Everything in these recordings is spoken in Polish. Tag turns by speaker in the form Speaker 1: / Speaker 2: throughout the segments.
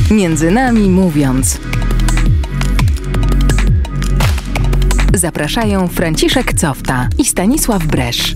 Speaker 1: Między nami mówiąc. Zapraszają Franciszek Cofta i Stanisław Bresz.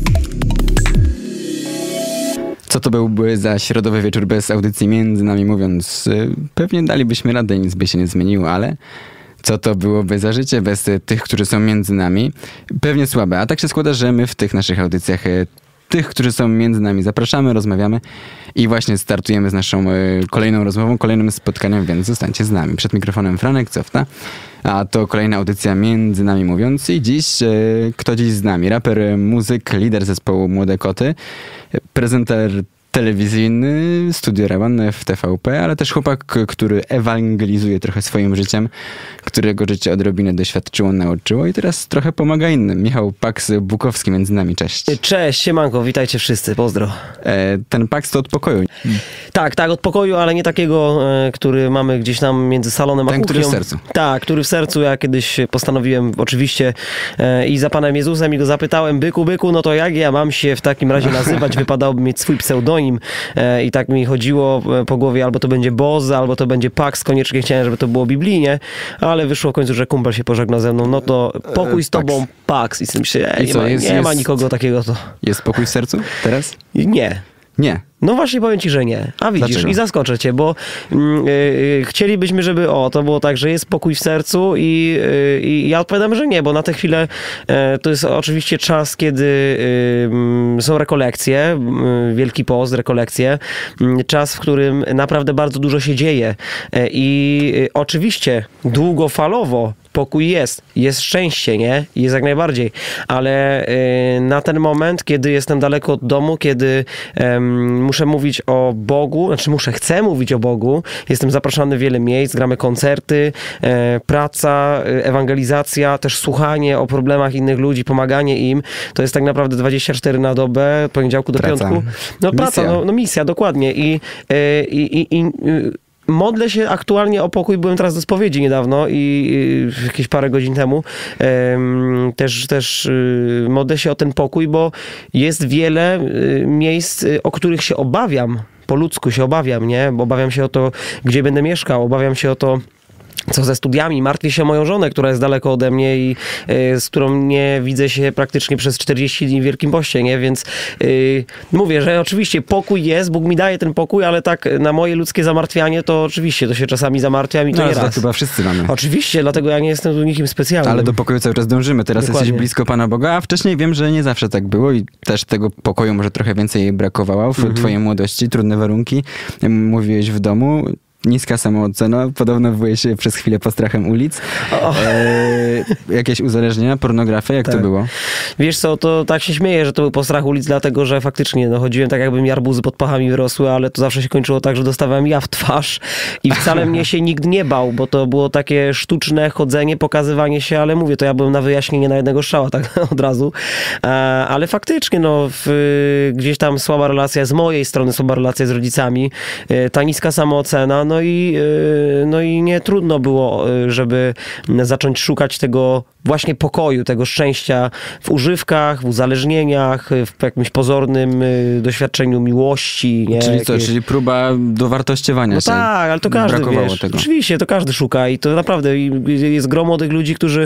Speaker 2: Co to byłby za środowy wieczór bez audycji Między nami mówiąc? Pewnie dalibyśmy radę, nic by się nie zmieniło, ale co to byłoby za życie bez tych, którzy są między nami? Pewnie słabe, a tak się składa, że my w tych naszych audycjach tych, którzy są między nami, zapraszamy, rozmawiamy i właśnie startujemy z naszą kolejną rozmową, kolejnym spotkaniem, więc zostańcie z nami. Przed mikrofonem Franek Cofta, a to kolejna audycja Między nami mówiąc i dziś, kto dziś z nami? Raper, muzyk, lider zespołu Młode Koty, prezenter telewizyjny, Studio Raban w TVP, ale też chłopak, który ewangelizuje trochę swoim życiem, którego życie odrobinę doświadczyło, nauczyło i teraz trochę pomaga innym. Michał Paks-Bukowski między nami, cześć.
Speaker 3: Cześć, siemanko, witajcie wszyscy, pozdro.
Speaker 2: Ten Paks to od pokoju.
Speaker 3: Tak, od pokoju, ale nie takiego, który mamy gdzieś tam między salonem a kuchnią.
Speaker 2: Który w sercu.
Speaker 3: Tak, który w sercu. Ja kiedyś postanowiłem oczywiście iść za Panem Jezusem i go zapytałem, byku, no to jak ja mam się w takim razie nazywać? Wypadałoby mieć swój pseudonim i tak mi chodziło po głowie, albo to będzie Boz, albo to będzie Paks. Koniecznie chciałem, żeby to było biblijnie, ale wyszło w końcu, że kumpel się pożegnał ze mną. No to pokój z tobą, Paks. I myślę, nie ma nikogo takiego. To...
Speaker 2: Jest spokój w sercu teraz?
Speaker 3: Nie.
Speaker 2: Nie.
Speaker 3: No właśnie powiem ci, że nie. A widzisz,
Speaker 2: Dlaczego?
Speaker 3: I zaskoczę cię, bo chcielibyśmy, żeby to było tak, że jest spokój w sercu i ja odpowiadam, że nie, bo na tę chwilę to jest oczywiście czas, kiedy są rekolekcje, Wielki Post, rekolekcje, czas, w którym naprawdę bardzo dużo się dzieje i oczywiście długofalowo pokój jest szczęście, nie? Jest jak najbardziej, ale na ten moment, kiedy jestem daleko od domu, kiedy muszę mówić o Bogu, chcę mówić o Bogu, jestem zapraszany w wiele miejsc, gramy koncerty, praca, ewangelizacja, też słuchanie o problemach innych ludzi, pomaganie im, to jest tak naprawdę 24 na dobę, od poniedziałku do piątku. No praca, misja, dokładnie i modlę się aktualnie o pokój. Byłem teraz do spowiedzi niedawno i jakieś parę godzin temu. Też modlę się o ten pokój, bo jest wiele miejsc, o których się obawiam. Po ludzku się obawiam, nie? Bo obawiam się o to, gdzie będę mieszkał. Obawiam się o to, co ze studiami. Martwię się o moją żonę, która jest daleko ode mnie i z którą nie widzę się praktycznie przez 40 dni w Wielkim Poście, nie? Więc mówię, że oczywiście pokój jest, Bóg mi daje ten pokój, ale tak na moje ludzkie zamartwianie to oczywiście, to się czasami zamartwiam i to nie raz.
Speaker 2: To chyba wszyscy mamy.
Speaker 3: Oczywiście, dlatego ja nie jestem tu nikim specjalnym.
Speaker 2: Ale do pokoju cały czas dążymy. Teraz
Speaker 3: Dokładnie.
Speaker 2: Jesteś blisko Pana Boga, a wcześniej wiem, że nie zawsze tak było i też tego pokoju może trochę więcej brakowało w twojej młodości, trudne warunki. Mówiłeś w domu. Niska samoocena, podobno byłeś przez chwilę postrachem ulic. Jakieś uzależnienia, pornografia, jak to było?
Speaker 3: Wiesz co, to tak się śmieję, że to był postrach ulic, dlatego że faktycznie chodziłem tak, jakby mi arbuzy pod pachami wyrosły, ale to zawsze się kończyło tak, że dostawałem ja w twarz i wcale mnie się nikt nie bał, bo to było takie sztuczne chodzenie, pokazywanie się, ale mówię, to ja byłem na wyjaśnienie na jednego strzała, tak od razu. Ale faktycznie, gdzieś tam słaba relacja z mojej strony, słaba relacja z rodzicami, ta niska samoocena, no i nie trudno było, żeby zacząć szukać tego właśnie pokoju, tego szczęścia w używkach, w uzależnieniach, w jakimś pozornym doświadczeniu miłości. Nie?
Speaker 2: Czyli co? Czyli próba dowartościowania się.
Speaker 3: Tak, ale to każdy,
Speaker 2: brakowało tego.
Speaker 3: Oczywiście, to każdy szuka i to naprawdę jest gro młodych ludzi, którzy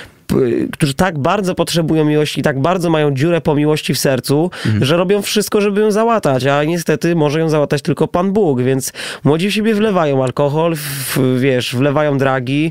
Speaker 3: tak bardzo potrzebują miłości, tak bardzo mają dziurę po miłości w sercu, że robią wszystko, żeby ją załatać, a niestety może ją załatać tylko Pan Bóg, więc młodzi w siebie wlewają alkohol, wlewają dragi,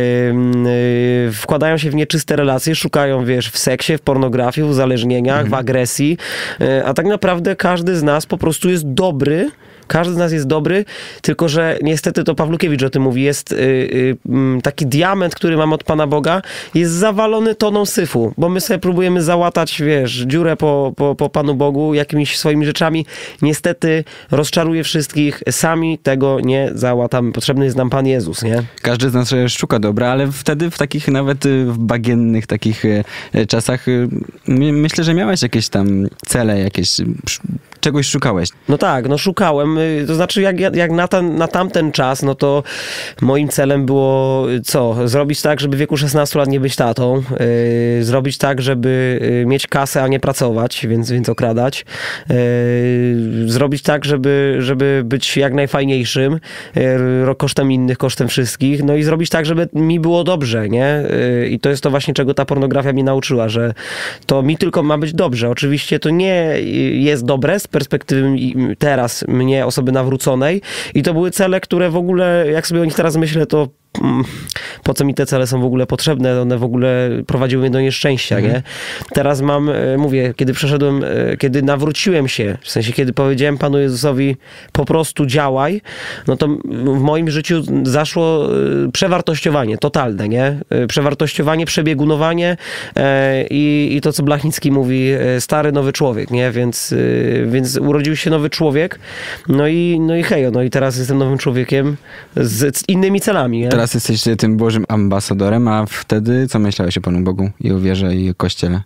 Speaker 3: wkładają się w nieczyste relacje, szukają, w seksie, w pornografii, w uzależnieniach, w agresji, a tak naprawdę każdy z nas po prostu jest dobry. Każdy z nas jest dobry, tylko że niestety to Pawlukiewicz o tym mówi, jest taki diament, który mamy od Pana Boga, jest zawalony toną syfu, bo my sobie próbujemy załatać, dziurę po Panu Bogu jakimiś swoimi rzeczami. Niestety rozczaruje wszystkich, sami tego nie załatamy. Potrzebny jest nam Pan Jezus, nie?
Speaker 2: Każdy z nas szuka dobra, ale wtedy w takich nawet w bagiennych takich czasach myślę, że miałeś jakieś tam cele, czegoś szukałeś.
Speaker 3: No tak, szukałem. to znaczy jak na tamten czas, no to moim celem było zrobić tak, żeby w wieku 16 lat nie być tatą, zrobić tak, żeby mieć kasę, a nie pracować, więc okradać, zrobić tak, żeby być jak najfajniejszym, kosztem innych, kosztem wszystkich, no i zrobić tak, żeby mi było dobrze, nie? I to jest to właśnie, czego ta pornografia mnie nauczyła, że to mi tylko ma być dobrze. Oczywiście to nie jest dobre z perspektywy teraz mnie, osoby nawróconej, i to były cele, które w ogóle, jak sobie o nich teraz myślę, to po co mi te cele są w ogóle potrzebne? One w ogóle prowadziły mnie do nieszczęścia, nie? Teraz mówię, kiedy nawróciłem się, w sensie, kiedy powiedziałem Panu Jezusowi, po prostu działaj, no to w moim życiu zaszło przewartościowanie totalne, nie? Przewartościowanie, przebiegunowanie i to, co Blachnicki mówi, stary, nowy człowiek, nie? Więc urodził się nowy człowiek, no i hejo, no i teraz jestem nowym człowiekiem z innymi celami, nie?
Speaker 2: Teraz jesteś tym Bożym ambasadorem, a wtedy co myślałeś o Panu Bogu i o wierze i o Kościele?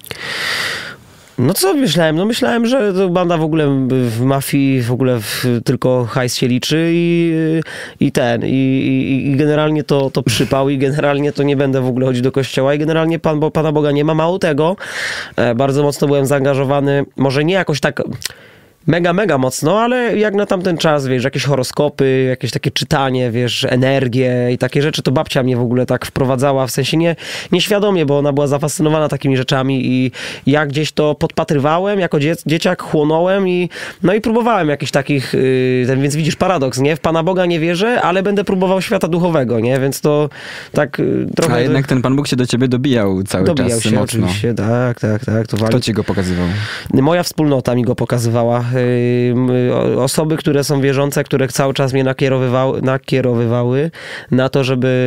Speaker 3: No co myślałem? No myślałem, że to banda w ogóle w mafii w ogóle tylko hajs się liczy i generalnie to przypał i generalnie to nie będę w ogóle chodzić do kościoła i generalnie Pana Boga nie ma. Mało tego, bardzo mocno byłem zaangażowany, może nie jakoś tak mega mocno, ale jak na tamten czas, wiesz, jakieś horoskopy, jakieś takie czytanie, wiesz, energię i takie rzeczy, to babcia mnie w ogóle tak wprowadzała, w sensie nieświadomie, bo ona była zafascynowana takimi rzeczami i ja gdzieś to podpatrywałem, jako dzieciak chłonąłem i próbowałem jakichś takich, więc widzisz paradoks, nie? W Pana Boga nie wierzę, ale będę próbował świata duchowego, nie? Więc to tak trochę...
Speaker 2: A jednak ten Pan Bóg się do ciebie dobijał cały czas
Speaker 3: Dobijał się,
Speaker 2: mocno.
Speaker 3: Oczywiście, tak.
Speaker 2: Kto ci go pokazywał?
Speaker 3: Moja wspólnota mi go pokazywała. Osoby, które są wierzące, które cały czas mnie nakierowywały na to,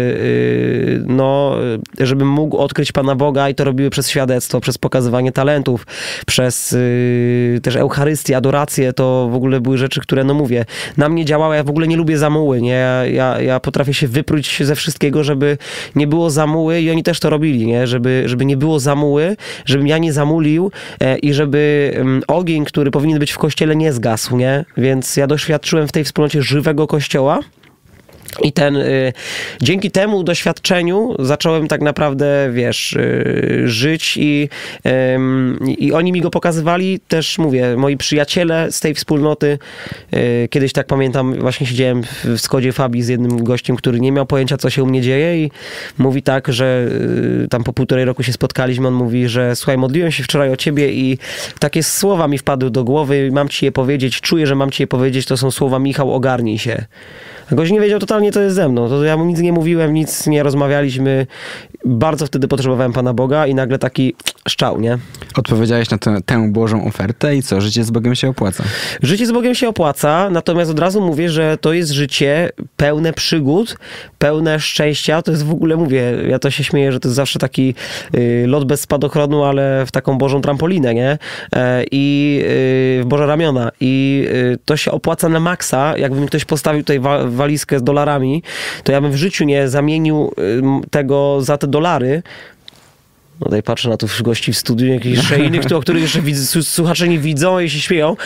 Speaker 3: żebym mógł odkryć Pana Boga, i to robiły przez świadectwo, przez pokazywanie talentów, przez też Eucharystię, adorację. To w ogóle były rzeczy, które, no mówię, na mnie działały. Ja w ogóle nie lubię zamuły, nie? Ja potrafię się wypróć ze wszystkiego, żeby nie było zamuły, i oni też to robili, nie? Żeby nie było zamuły, żebym ja nie zamulił i żeby ogień, który powinien być w Kościele, nie zgasł, nie? Więc ja doświadczyłem w tej wspólnocie żywego Kościoła. I dzięki temu doświadczeniu zacząłem tak naprawdę, wiesz, żyć i oni mi go pokazywali. Też mówię, moi przyjaciele z tej wspólnoty, kiedyś tak pamiętam, właśnie siedziałem w Skodzie Fabii z jednym gościem, który nie miał pojęcia, co się u mnie dzieje, i mówi tak, że tam po 1,5 roku się spotkaliśmy, on mówi, że słuchaj, modliłem się wczoraj o ciebie i takie słowa mi wpadły do głowy, mam ci je powiedzieć, czuję, że mam ci je powiedzieć, to są słowa: Michał, ogarnij się. Gość nie wiedział totalnie, co jest ze mną. To ja mu nic nie mówiłem, nic nie rozmawialiśmy. Bardzo wtedy potrzebowałem Pana Boga i nagle taki szczał, nie?
Speaker 2: Odpowiedziałeś na tę Bożą ofertę i co? Życie z Bogiem się opłaca. Życie
Speaker 3: z Bogiem się opłaca, natomiast od razu mówię, że to jest życie pełne przygód, pełne szczęścia. To jest w ogóle, mówię, ja to się śmieję, że to jest zawsze taki lot bez spadochronu, ale w taką Bożą trampolinę, nie? I w Boże ramiona. I to się opłaca na maksa. Jakby ktoś postawił tutaj walizkę z dolarami, to ja bym w życiu nie zamienił tego za te dolary. No tutaj patrzę na tu gości w studiu, jakichś jeszcze innych, o których jeszcze słuchacze nie widzą i się śmieją.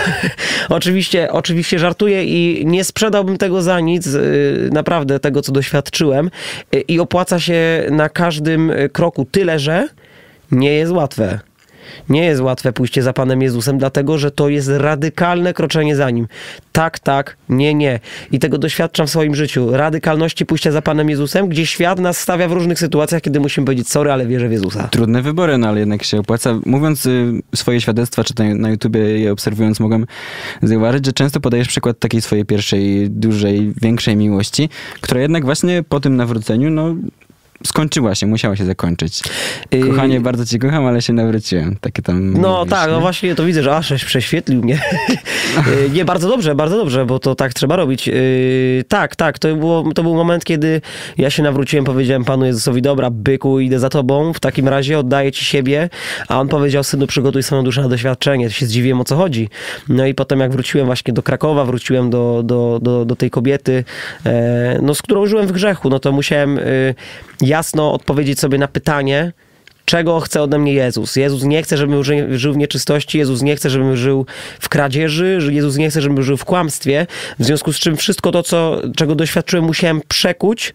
Speaker 3: Oczywiście żartuję i nie sprzedałbym tego za nic, naprawdę tego, co doświadczyłem, i opłaca się na każdym kroku, tyle że nie jest łatwe. Nie jest łatwe pójście za Panem Jezusem, dlatego że to jest radykalne kroczenie za Nim. Tak, nie. I tego doświadczam w swoim życiu. Radykalności pójścia za Panem Jezusem, gdzie świat nas stawia w różnych sytuacjach, kiedy musimy powiedzieć: sorry, ale wierzę w Jezusa.
Speaker 2: Trudne wybory, no ale jednak się opłaca. Mówiąc swoje świadectwa, czy na YouTubie je obserwując, mogłem zauważyć, że często podajesz przykład takiej swojej pierwszej, dużej, większej miłości, która jednak właśnie po tym nawróceniu, skończyła się, musiała się zakończyć. Kochanie, bardzo cię kocham, ale się nawróciłem. Takie tam...
Speaker 3: No tak, no właśnie to widzę, że aż prześwietlił mnie. Nie, bardzo dobrze, bo to tak trzeba robić. Tak, to był moment, kiedy ja się nawróciłem, powiedziałem Panu Jezusowi: dobra, byku, idę za Tobą, w takim razie oddaję Ci siebie, a On powiedział: synu, przygotuj swoją duszę na doświadczenie. To się zdziwiłem, o co chodzi. No i potem, jak wróciłem właśnie do Krakowa, wróciłem do tej kobiety, z którą żyłem w grzechu, no to musiałem jasno odpowiedzieć sobie na pytanie, czego chce ode mnie Jezus. Jezus nie chce, żebym żył w nieczystości, Jezus nie chce, żebym żył w kradzieży, Jezus nie chce, żebym żył w kłamstwie, w związku z czym wszystko to, czego doświadczyłem, musiałem przekuć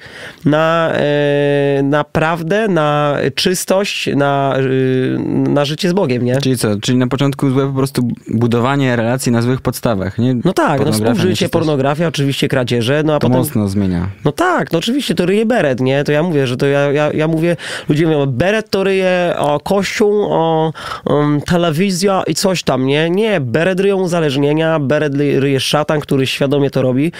Speaker 3: na prawdę, na czystość, na życie z Bogiem, nie?
Speaker 2: Czyli co? Czyli na początku złe po prostu budowanie relacji na złych podstawach, nie?
Speaker 3: No tak, współżycie, pornografia, oczywiście kradzieże, no a
Speaker 2: to
Speaker 3: potem...
Speaker 2: mocno zmienia.
Speaker 3: No tak, no oczywiście, to ryje beret, nie? To ja mówię, że to ja mówię, ludzie mówią, beret to ryje kościół, telewizja i coś tam, nie? Nie, beret ryją uzależnienia, beret ryje szatan, który świadomie to robi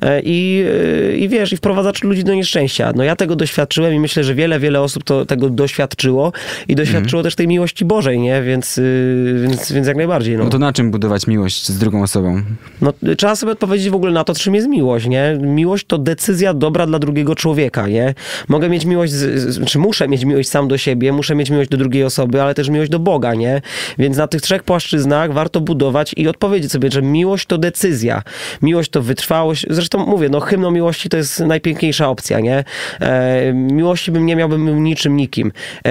Speaker 3: i wiesz, i wprowadza ludzi do nieszczęścia. No ja tego doświadczyłem i myślę, że wiele osób tego doświadczyło i doświadczyło też tej miłości Bożej, nie? Więc jak najbardziej, no.
Speaker 2: No to na czym budować miłość z drugą osobą?
Speaker 3: No trzeba sobie odpowiedzieć w ogóle na to, czym jest miłość, nie? Miłość to decyzja dobra dla drugiego człowieka, nie? Mogę mieć miłość, czy muszę mieć miłość sam do siebie, muszę mieć miłość do drugiej osoby, ale też miłość do Boga, nie? Więc na tych 3 płaszczyznach warto budować i odpowiedzieć sobie, że miłość to decyzja, miłość to wytrwałość. Zresztą mówię, no hymn o miłości to jest najpiękniejsza opcja, nie? Miłości bym nie miał, bym był nikim.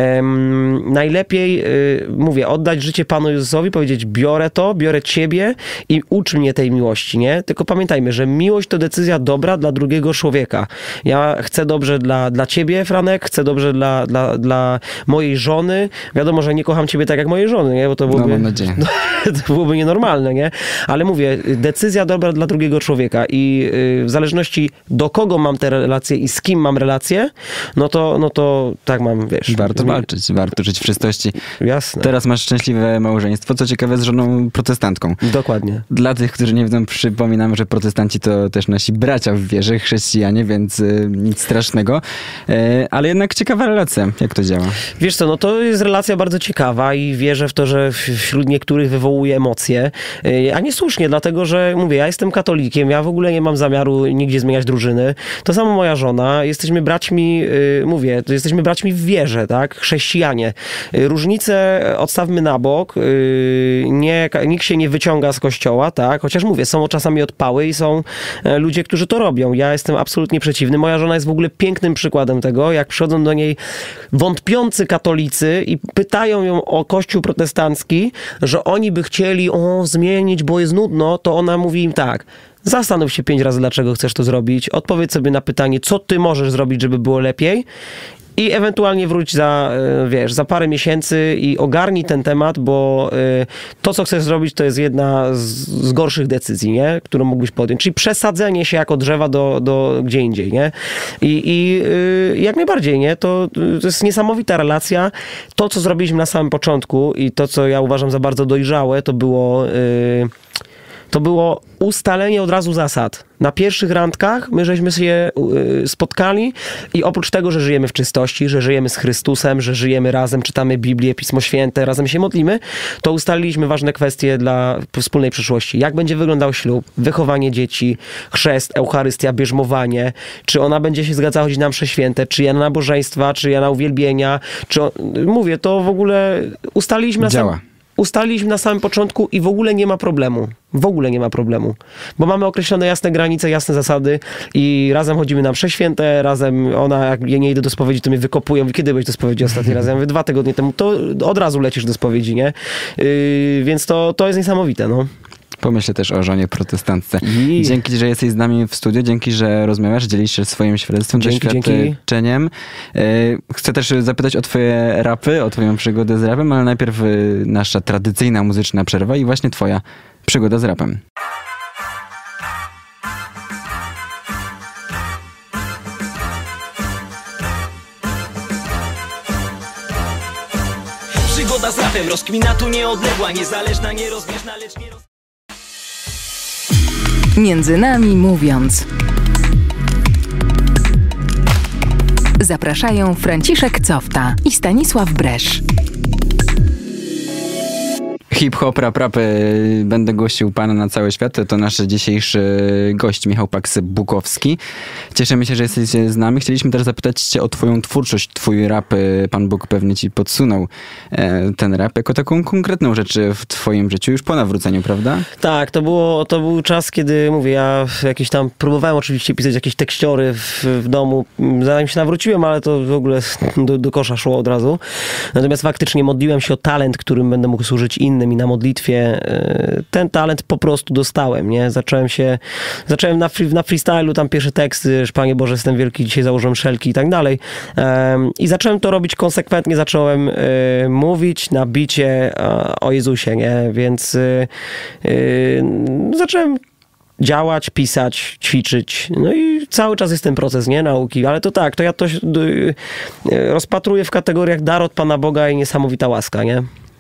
Speaker 3: Najlepiej, mówię, oddać życie Panu Jezusowi, powiedzieć, biorę ciebie i ucz mnie tej miłości, nie? Tylko pamiętajmy, że miłość to decyzja dobra dla drugiego człowieka. Ja chcę dobrze dla ciebie, Franek, chcę dobrze dla mojej żony. Wiadomo, że nie kocham ciebie tak jak mojej żony, nie? Bo to byłoby,
Speaker 2: mam nadzieję.
Speaker 3: to byłoby nienormalne, nie? Ale mówię, decyzja dobra dla drugiego człowieka i w zależności do kogo mam te relacje i z kim mam relacje, no to tak mam, wiesz.
Speaker 2: Warto walczyć, warto żyć w czystości.
Speaker 3: Jasne.
Speaker 2: Teraz masz szczęśliwe małżeństwo, co ciekawe, z żoną protestantką.
Speaker 3: Dokładnie.
Speaker 2: Dla tych, którzy nie wiedzą, przypominam, że protestanci to też nasi bracia w wierze, chrześcijanie, więc nic strasznego. Ale jednak ciekawa relacja. Jak to działa?
Speaker 3: Wiesz co, no to jest relacja bardzo ciekawa i wierzę w to, że wśród niektórych wywołuje emocje. A niesłusznie, dlatego, że mówię, ja jestem katolikiem, ja w ogóle nie mam zamiaru nigdzie zmieniać drużyny. To samo moja żona. Jesteśmy braćmi, jesteśmy braćmi w wierze, tak? Chrześcijanie. Różnice odstawmy na bok. Nikt się nie wyciąga z kościoła, tak? Chociaż mówię, są czasami odpały i są ludzie, którzy to robią. Ja jestem absolutnie przeciwny. Moja żona jest w ogóle pięknym przykładem tego, jak przychodzą do niej wątpiący katolicy i pytają ją o kościół protestancki, że oni by chcieli zmienić, bo jest nudno, to ona mówi im tak: zastanów się 5 razy, dlaczego chcesz to zrobić, odpowiedz sobie na pytanie, co ty możesz zrobić, żeby było lepiej i ewentualnie wróć za parę miesięcy i ogarnij ten temat, bo to, co chcesz zrobić, to jest jedna z gorszych decyzji, nie? Którą mógłbyś podjąć. Czyli przesadzenie się jako drzewa do gdzie indziej, nie? I jak najbardziej, nie? To jest niesamowita relacja. To, co zrobiliśmy na samym początku i to, co ja uważam za bardzo dojrzałe, to było ustalenie od razu zasad. Na pierwszych randkach my żeśmy się spotkali i oprócz tego, że żyjemy w czystości, że żyjemy z Chrystusem, że żyjemy razem, czytamy Biblię, Pismo Święte, razem się modlimy, to ustaliliśmy ważne kwestie dla wspólnej przyszłości. Jak będzie wyglądał ślub, wychowanie dzieci, chrzest, Eucharystia, bierzmowanie, czy ona będzie się zgadzała chodzić na msze święte, czy ja na nabożeństwa, czy ja na uwielbienia, mówię, to w ogóle ustaliliśmy na samym początku i w ogóle nie ma problemu. W ogóle nie ma problemu. Bo mamy określone jasne granice, jasne zasady i razem chodzimy na msze święte, razem jak ja nie idę do spowiedzi, to mnie wykopują. Mówi, kiedy byłeś do spowiedzi ostatni raz? Ja mówię, 2 tygodnie temu. To od razu lecisz do spowiedzi, nie? Więc to jest niesamowite, no.
Speaker 2: Pomyślę też o żonie protestantce. Dzięki, że jesteś z nami w studiu, dzięki, że rozmawiasz, dzielisz się swoim świadectwem, doświadczeniem. Chcę też zapytać o twoje rapy, o twoją przygodę z rapem, ale najpierw nasza tradycyjna muzyczna przerwa i właśnie twoja przygoda z rapem.
Speaker 4: Przygoda z rapem, rozkmina tu nieodległa, niezależna, nierozbieżna, lecz nie
Speaker 1: Między nami mówiąc. Zapraszają Franciszek Cofta i Stanisław Bresz.
Speaker 2: hip-hop, rap, będę gościł pana na cały świat. To nasz dzisiejszy gość, Michał Paks-Bukowski. Cieszymy się, że jesteś z nami. Chcieliśmy też zapytać cię o twoją twórczość, twój rap. Pan Bóg pewnie ci podsunął ten rap jako taką konkretną rzecz w twoim życiu, już po nawróceniu, prawda?
Speaker 3: Tak, to był czas, kiedy, mówię, ja jakieś tam próbowałem oczywiście pisać jakieś tekściory w domu, zanim się nawróciłem, ale to w ogóle do kosza szło od razu. Natomiast faktycznie modliłem się o talent, którym będę mógł służyć innym i na modlitwie ten talent po prostu dostałem, nie? Zacząłem na freestylu, tam pierwsze teksty, że Panie Boże, jestem wielki, dzisiaj założyłem szelki i tak dalej. I zacząłem to robić konsekwentnie, zacząłem mówić na bicie o Jezusie, nie? Więc zacząłem działać, pisać, ćwiczyć. No i cały czas jest ten proces, nie? Nauki. Ale to tak, to ja to rozpatruję w kategoriach dar od Pana Boga i niesamowita łaska, nie?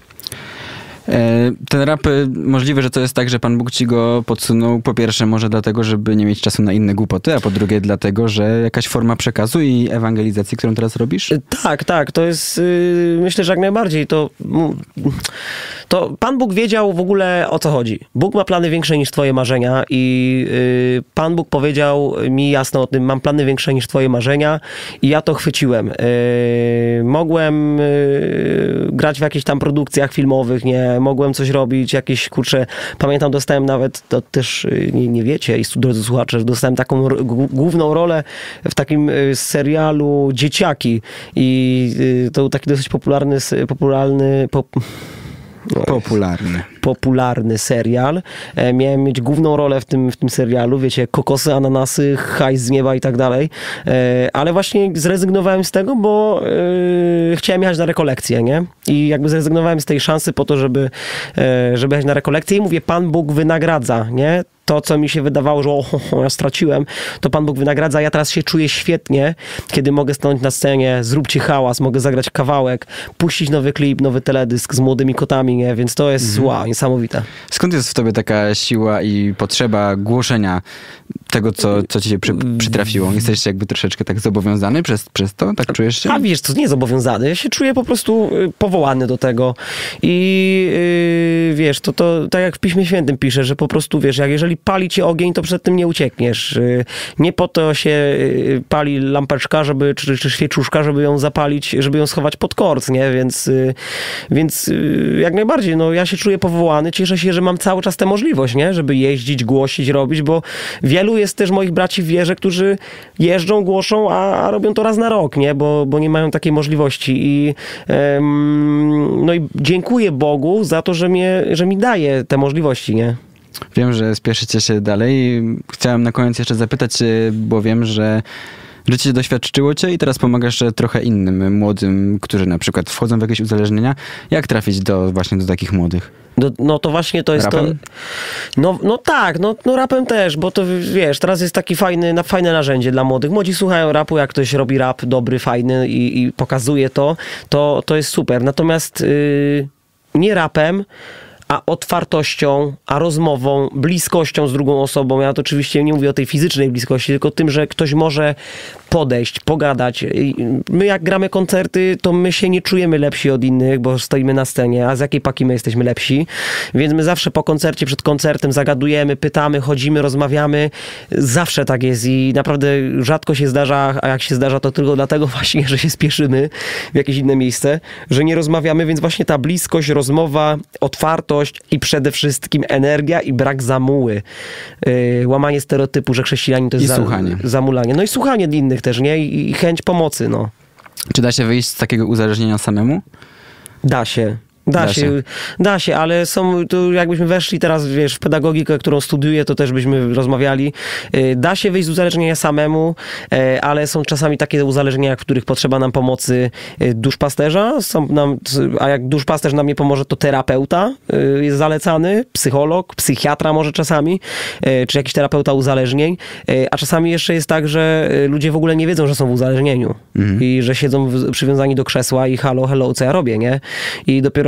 Speaker 2: Ten rap, możliwe, że to jest tak, że Pan Bóg ci go podsunął po pierwsze może dlatego, żeby nie mieć czasu na inne głupoty, a po drugie dlatego, że jakaś forma przekazu i ewangelizacji, którą teraz robisz?
Speaker 3: Tak, to jest, myślę, że jak najbardziej to Pan Bóg wiedział w ogóle, o co chodzi. Bóg ma plany większe niż twoje marzenia i Pan Bóg powiedział mi jasno o tym, mam plany większe niż twoje marzenia i ja to chwyciłem. Mogłem grać w jakichś tam produkcjach filmowych, nie? Mogłem coś robić, jakieś, kurczę, pamiętam, dostałem nawet, to też nie wiecie, drodzy słuchacze, że dostałem taką główną rolę w takim serialu Dzieciaki i to był taki dosyć popularny serial. Miałem mieć główną rolę w tym serialu, wiecie, kokosy, ananasy, hajs z nieba i tak dalej. Ale właśnie zrezygnowałem z tego, bo chciałem jechać na rekolekcję, nie? I jakby zrezygnowałem z tej szansy po to, żeby jechać na rekolekcję i mówię, Pan Bóg wynagradza, nie? To, co mi się wydawało, że ja straciłem, to Pan Bóg wynagradza. Ja teraz się czuję świetnie, kiedy mogę stanąć na scenie, zróbcie hałas, mogę zagrać kawałek, puścić nowy klip, nowy teledysk z młodymi kotami, nie? Więc to jest niesamowite.
Speaker 2: Skąd jest w tobie taka siła i potrzeba głoszenia tego, co ci się przytrafiło? Jesteś jakby troszeczkę tak zobowiązany przez to? Tak czujesz się?
Speaker 3: A wiesz, to nie jest zobowiązany. Ja się czuję po prostu powołany do tego. I wiesz, to tak jak w Piśmie Świętym pisze, że po prostu, wiesz, jeżeli pali cię ogień, to przed tym nie uciekniesz. Nie po to się pali lampeczka, czy świeczuszka, żeby ją zapalić, żeby ją schować pod korc, nie? Więc jak najbardziej, no ja się czuję powołany. Cieszę się, że mam cały czas tę możliwość, nie? Żeby jeździć, głosić, robić, bo wielu jest też moich braci w wierze, którzy jeżdżą, głoszą, a robią to raz na rok, nie? Bo nie mają takiej możliwości. No i dziękuję Bogu za to, że mi daje te możliwości, nie?
Speaker 2: Wiem, że spieszycie się dalej. Chciałem na koniec jeszcze zapytać, bo wiem, że życie doświadczyło cię i teraz pomagasz trochę innym młodym, którzy na przykład wchodzą w jakieś uzależnienia. Jak trafić właśnie do takich młodych?
Speaker 3: No to właśnie to jest
Speaker 2: rapem?
Speaker 3: to. No tak, rapem też, bo to wiesz, teraz jest taki fajne narzędzie dla młodych. Młodzi słuchają rapu, jak ktoś robi rap dobry, fajny i pokazuje to jest super. Natomiast nie rapem, a otwartością, a rozmową, bliskością z drugą osobą. Ja to oczywiście nie mówię o tej fizycznej bliskości, tylko tym, że ktoś może podejść, pogadać. My jak gramy koncerty, to my się nie czujemy lepsi od innych, bo stoimy na scenie, a z jakiej paki my jesteśmy lepsi. Więc my zawsze po koncercie, przed koncertem zagadujemy, pytamy, chodzimy, rozmawiamy. Zawsze tak jest i naprawdę rzadko się zdarza, a jak się zdarza, to tylko dlatego właśnie, że się spieszymy w jakieś inne miejsce, że nie rozmawiamy, więc właśnie ta bliskość, rozmowa, otwartość i przede wszystkim energia i brak zamuły. Łamanie stereotypu, że chrześcijanin to jest zamulanie. No i słuchanie innych też, nie? I chęć pomocy, no.
Speaker 2: Czy da się wyjść z takiego uzależnienia samemu?
Speaker 3: Da się. Da się, ale tu jakbyśmy weszli teraz, wiesz, w pedagogikę, którą studiuję, to też byśmy rozmawiali. Da się wyjść z uzależnienia samemu, ale są czasami takie uzależnienia, w których potrzeba nam pomocy duszpasterza, a jak duszpasterz nam nie pomoże, to terapeuta jest zalecany, psycholog, psychiatra może czasami, czy jakiś terapeuta uzależnień, a czasami jeszcze jest tak, że ludzie w ogóle nie wiedzą, że są w uzależnieniu i że siedzą przywiązani do krzesła i hello, co ja robię, nie? I dopiero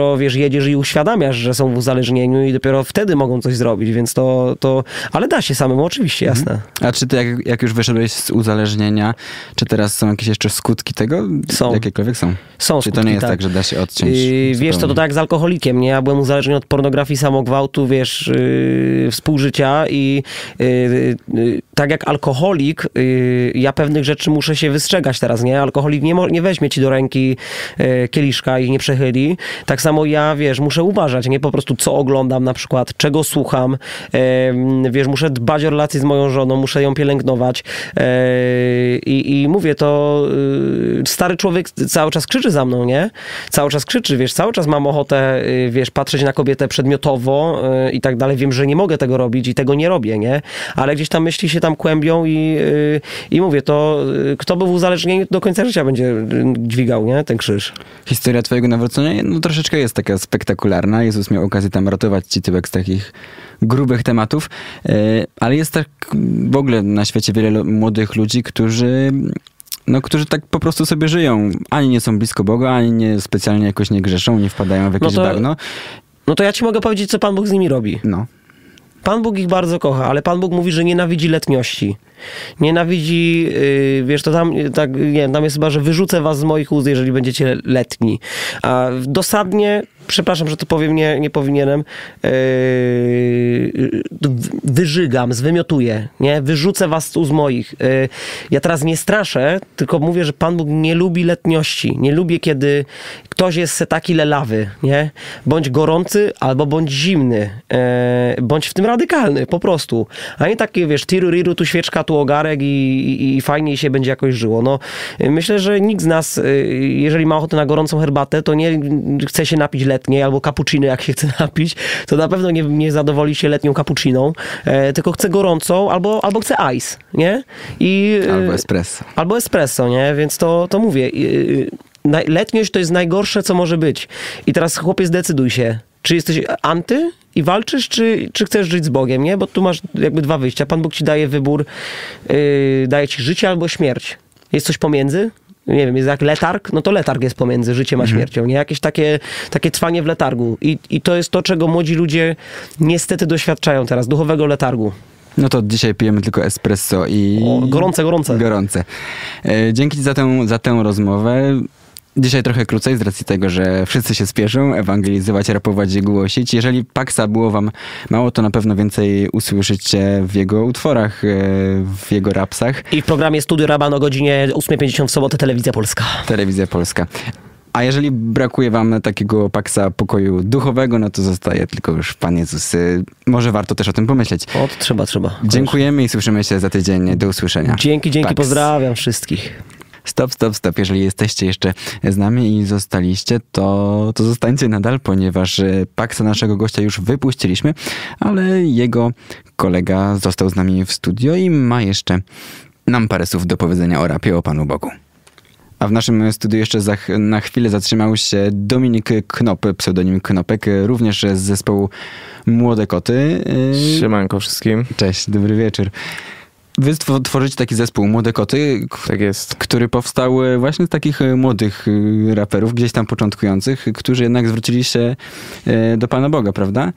Speaker 3: dopiero, wiesz, jedziesz i uświadamiasz, że są w uzależnieniu i dopiero wtedy mogą coś zrobić, więc ale da się samemu, oczywiście, jasne.
Speaker 2: A czy ty, jak już wyszedłeś z uzależnienia, czy teraz są jakieś jeszcze skutki tego?
Speaker 3: Są.
Speaker 2: Jakiekolwiek są?
Speaker 3: Są
Speaker 2: Czy
Speaker 3: skutki,
Speaker 2: to nie jest
Speaker 3: tak,
Speaker 2: tak, że da się odciąć?
Speaker 3: Wiesz, to
Speaker 2: zupełnie?
Speaker 3: tak jak z alkoholikiem, nie? Ja byłem uzależniony od pornografii, samogwałtu, wiesz, współżycia i tak jak alkoholik, ja pewnych rzeczy muszę się wystrzegać teraz, nie? Alkoholik nie weźmie ci do ręki kieliszka i nie przechyli. Tak samo ja, wiesz, muszę uważać, nie? Po prostu co oglądam na przykład, czego słucham, wiesz, muszę dbać o relacje z moją żoną, muszę ją pielęgnować i mówię, to stary człowiek cały czas krzyczy za mną, nie? Cały czas krzyczy, wiesz, cały czas mam ochotę, wiesz, patrzeć na kobietę przedmiotowo i tak dalej. Wiem, że nie mogę tego robić i tego nie robię, nie? Ale gdzieś tam myśli się tam kłębią i mówię, to kto był w uzależnieniu, do końca życia będzie dźwigał, nie? Ten krzyż.
Speaker 2: Historia twojego nawrócenia no, troszeczkę jest taka spektakularna. Jezus miał okazję tam ratować ci tyłek z takich grubych tematów, ale jest tak w ogóle na świecie wiele młodych ludzi, którzy tak po prostu sobie żyją. Ani nie są blisko Boga, ani nie specjalnie jakoś nie grzeszą, nie wpadają w jakieś bagno.
Speaker 3: No to ja ci mogę powiedzieć, co Pan Bóg z nimi robi.
Speaker 2: No.
Speaker 3: Pan Bóg ich bardzo kocha, ale Pan Bóg mówi, że nienawidzi letniości. Nienawidzi, wiesz, to tam, tak, nie, tam jest chyba, że wyrzucę was z moich ust, jeżeli będziecie letni. A dosadnie, przepraszam, że to powiem, nie powinienem, wyżygam, zwymiotuję, nie? Wyrzucę was z ust moich. Ja teraz nie straszę, tylko mówię, że Pan Bóg nie lubi letniości. Nie lubię, kiedy ktoś jest taki lelawy, nie? Bądź gorący, albo bądź zimny. Bądź w tym radykalny, po prostu. A nie takie, wiesz, tiru, tu świeczka, tu ogarek i fajniej się będzie jakoś żyło. No, myślę, że nikt z nas, jeżeli ma ochotę na gorącą herbatę, to nie chce się napić letniej, albo cappuccino, jak się chce napić, to na pewno nie zadowoli się letnią cappucciną, tylko chce gorącą, albo chce ice, nie?
Speaker 2: Albo espresso.
Speaker 3: Albo espresso, nie? Więc to mówię. Letniość to jest najgorsze, co może być. I teraz, chłopie, zdecyduj się. Czy jesteś anty i walczysz, czy chcesz żyć z Bogiem, nie? Bo tu masz jakby dwa wyjścia. Pan Bóg ci daje wybór, daje ci życie albo śmierć. Jest coś pomiędzy? Nie wiem, jest jak letarg, no to letarg jest pomiędzy życiem a śmiercią, nie? Jakieś takie trwanie w letargu. I to jest to, czego młodzi ludzie niestety doświadczają teraz, duchowego letargu.
Speaker 2: No to dzisiaj pijemy tylko espresso i...
Speaker 3: Gorące.
Speaker 2: Gorące. Dzięki za tę rozmowę. Dzisiaj trochę krócej z racji tego, że wszyscy się spieszą ewangelizować, rapować i głosić. Jeżeli Paksa było wam mało, to na pewno więcej usłyszycie w jego utworach, w jego rapsach.
Speaker 3: I w programie Studio Raban o godzinie 8:50 w sobotę Telewizja Polska.
Speaker 2: Telewizja Polska. A jeżeli brakuje wam takiego Paksa pokoju duchowego, no to zostaje tylko już Pan Jezus. Może warto też o tym pomyśleć.
Speaker 3: O, to trzeba.
Speaker 2: Dziękujemy i słyszymy się za tydzień. Do usłyszenia.
Speaker 3: Dzięki,
Speaker 2: Paks.
Speaker 3: pozdrawiam wszystkich.
Speaker 2: Stop. Jeżeli jesteście jeszcze z nami i zostaliście, to zostańcie nadal, ponieważ Paksa, naszego gościa, już wypuściliśmy, ale jego kolega został z nami w studio i ma jeszcze nam parę słów do powiedzenia o rapie, o Panu Bogu. A w naszym studiu jeszcze na chwilę zatrzymał się Dominik Knop, pseudonim Knopek, również z zespołu Młode Koty.
Speaker 5: Siemanko wszystkim.
Speaker 2: Cześć, dobry wieczór. Wy tworzycie taki zespół Młode Koty,
Speaker 5: Tak jest.
Speaker 2: który powstał właśnie z takich młodych raperów, gdzieś tam początkujących, którzy jednak zwrócili się do Pana Boga, prawda?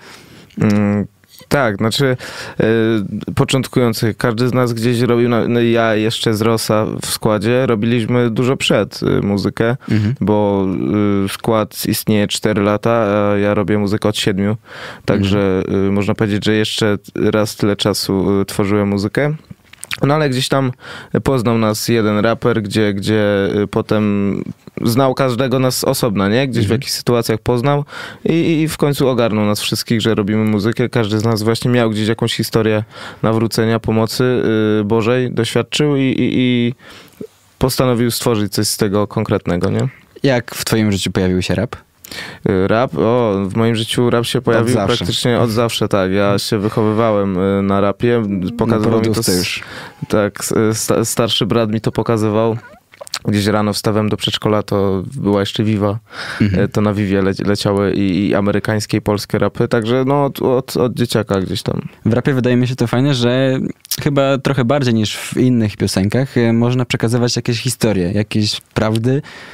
Speaker 5: Tak, znaczy początkujący, każdy z nas gdzieś robił, ja jeszcze z Rosa w składzie, robiliśmy dużo przed muzykę, bo skład istnieje 4 lata, a ja robię muzykę od 7, także można powiedzieć, że jeszcze raz tyle czasu tworzyłem muzykę. No ale gdzieś tam poznał nas jeden raper, gdzie potem znał każdego nas osobna, nie? Gdzieś w jakichś sytuacjach poznał i w końcu ogarnął nas wszystkich, że robimy muzykę. Każdy z nas właśnie miał gdzieś jakąś historię nawrócenia, pomocy Bożej, doświadczył i postanowił stworzyć coś z tego konkretnego, nie?
Speaker 2: Jak w twoim życiu pojawił się rap?
Speaker 5: Rap? W moim życiu rap się pojawił praktycznie od zawsze, tak. Ja się wychowywałem na rapie. Pokazywał mi to
Speaker 2: już.
Speaker 5: Tak, starszy brat mi to pokazywał. Gdzieś rano wstawałem do przedszkola, to była jeszcze Viva. To na Vivie leciały i amerykańskie, i polskie rapy, także no od dzieciaka gdzieś tam.
Speaker 2: W rapie wydaje mi się to fajne, że chyba trochę bardziej niż w innych piosenkach można przekazywać jakieś historie, jakieś prawdy,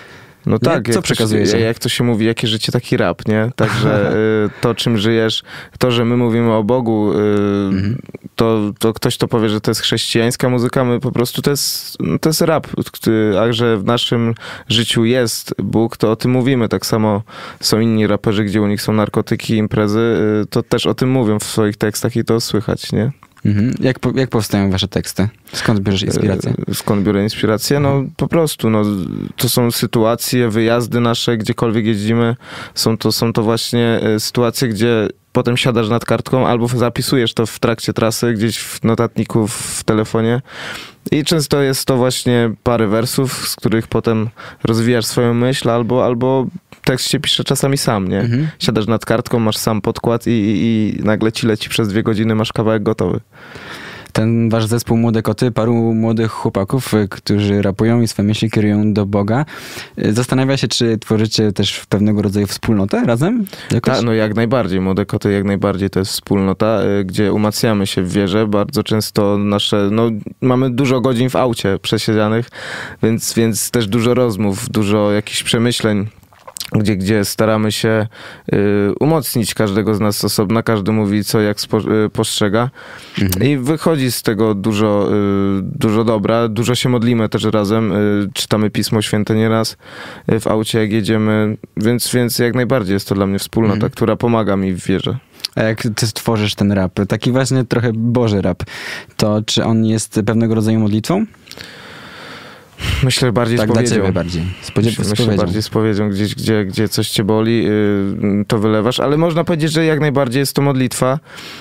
Speaker 5: No tak,
Speaker 2: Co przekazujecie?
Speaker 5: Jak to się mówi, jakie życie, taki rap, nie? Także to, czym żyjesz, to, że my mówimy o Bogu, to ktoś to powie, że to jest chrześcijańska muzyka, my po prostu to jest rap, a że w naszym życiu jest Bóg, to o tym mówimy. Tak samo są inni raperzy, gdzie u nich są narkotyki, imprezy, to też o tym mówią w swoich tekstach i to słychać, nie?
Speaker 2: Jak powstają wasze teksty? Skąd bierzesz inspirację?
Speaker 5: Skąd biorę inspirację? No po prostu, to są sytuacje, wyjazdy nasze, gdziekolwiek jeździmy. Są to właśnie sytuacje, gdzie potem siadasz nad kartką albo zapisujesz to w trakcie trasy, gdzieś w notatniku w telefonie. I często jest to właśnie parę wersów, z których potem rozwijasz swoją myśl, albo tekst się pisze czasami sam, nie? Siadasz nad kartką, masz sam podkład i nagle ci leci przez 2 godziny, masz kawałek gotowy.
Speaker 2: Ten wasz zespół Młode Koty, paru młodych chłopaków, którzy rapują i swoje myśli kierują do Boga, zastanawia się, czy tworzycie też pewnego rodzaju wspólnotę razem?
Speaker 5: Tak, no jak najbardziej. Młode Koty jak najbardziej to jest wspólnota, gdzie umacniamy się w wierze. Bardzo często mamy dużo godzin w aucie przesiedzianych, więc też dużo rozmów, dużo jakichś przemyśleń, gdzie staramy się umocnić każdego z nas osobna, każdy mówi co jak postrzega i wychodzi z tego dużo dobra, dużo się modlimy też razem, czytamy Pismo Święte nieraz w aucie jak jedziemy, więc jak najbardziej jest to dla mnie wspólnota, która pomaga mi w wierze.
Speaker 2: A jak ty stworzysz ten rap, taki właśnie trochę Boży rap, to czy on jest pewnego rodzaju modlitwą?
Speaker 5: Myślę bardziej
Speaker 2: tak,
Speaker 5: spowiedzią.
Speaker 2: Dla ciebie bardziej.
Speaker 5: Myślę bardziej spowiedzią, gdzie coś cię boli, to wylewasz, ale można powiedzieć, że jak najbardziej jest to modlitwa,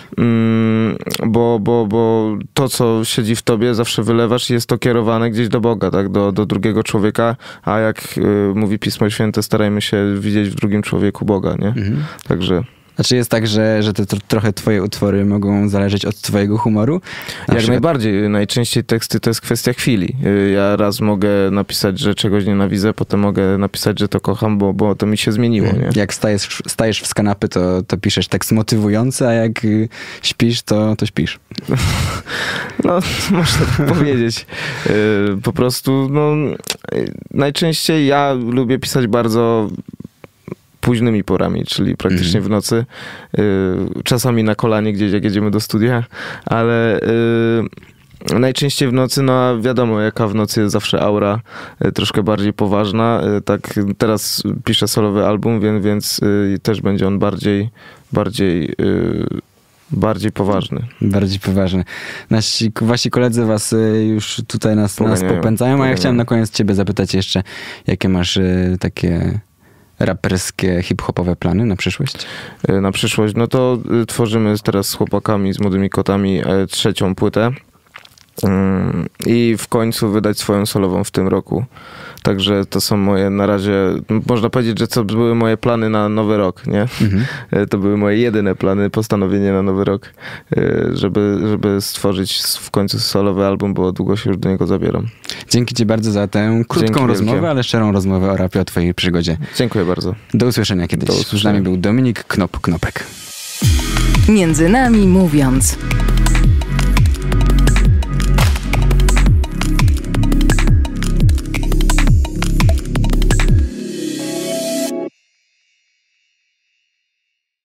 Speaker 5: bo to, co siedzi w tobie, zawsze wylewasz i jest to kierowane gdzieś do Boga, tak, do drugiego człowieka, a jak mówi Pismo Święte, starajmy się widzieć w drugim człowieku Boga, nie? Także...
Speaker 2: A czy jest tak, że te trochę twoje utwory mogą zależeć od twojego humoru?
Speaker 5: Jak najbardziej. Najczęściej teksty to jest kwestia chwili. Ja raz mogę napisać, że czegoś nienawidzę, potem mogę napisać, że to kocham, bo to mi się zmieniło. Nie?
Speaker 2: Jak stajesz z kanapy, to piszesz tekst motywujący, a jak śpisz, to śpisz.
Speaker 5: No, można tak powiedzieć. Po prostu, najczęściej ja lubię pisać bardzo późnymi porami, czyli praktycznie w nocy, czasami na kolanie gdzieś, jak jedziemy do studia, ale najczęściej w nocy, no wiadomo, jaka w nocy jest zawsze aura troszkę bardziej poważna. Tak teraz piszę solowy album, więc też będzie on bardziej poważny.
Speaker 2: Bardziej poważny. Wasi koledzy was już tutaj nas popędzają, a ja chciałem na koniec ciebie zapytać jeszcze, jakie masz takie raperskie, hip-hopowe plany na przyszłość?
Speaker 5: Na przyszłość, no to tworzymy teraz z chłopakami, z Młodymi Kotami 3. płytę i w końcu wydać swoją solową w tym roku. Także to są moje na razie, można powiedzieć, że to były moje plany na nowy rok, nie? To były moje jedyne plany, postanowienie na nowy rok, żeby stworzyć w końcu solowy album, bo długo się już do niego zabieram.
Speaker 2: Dzięki ci bardzo za tę krótką rozmowę, ale szczerą rozmowę o rapie, o twojej przygodzie.
Speaker 5: Dziękuję bardzo.
Speaker 2: Do usłyszenia kiedyś. Z nami był Dominik Knopek.
Speaker 1: Między nami mówiąc.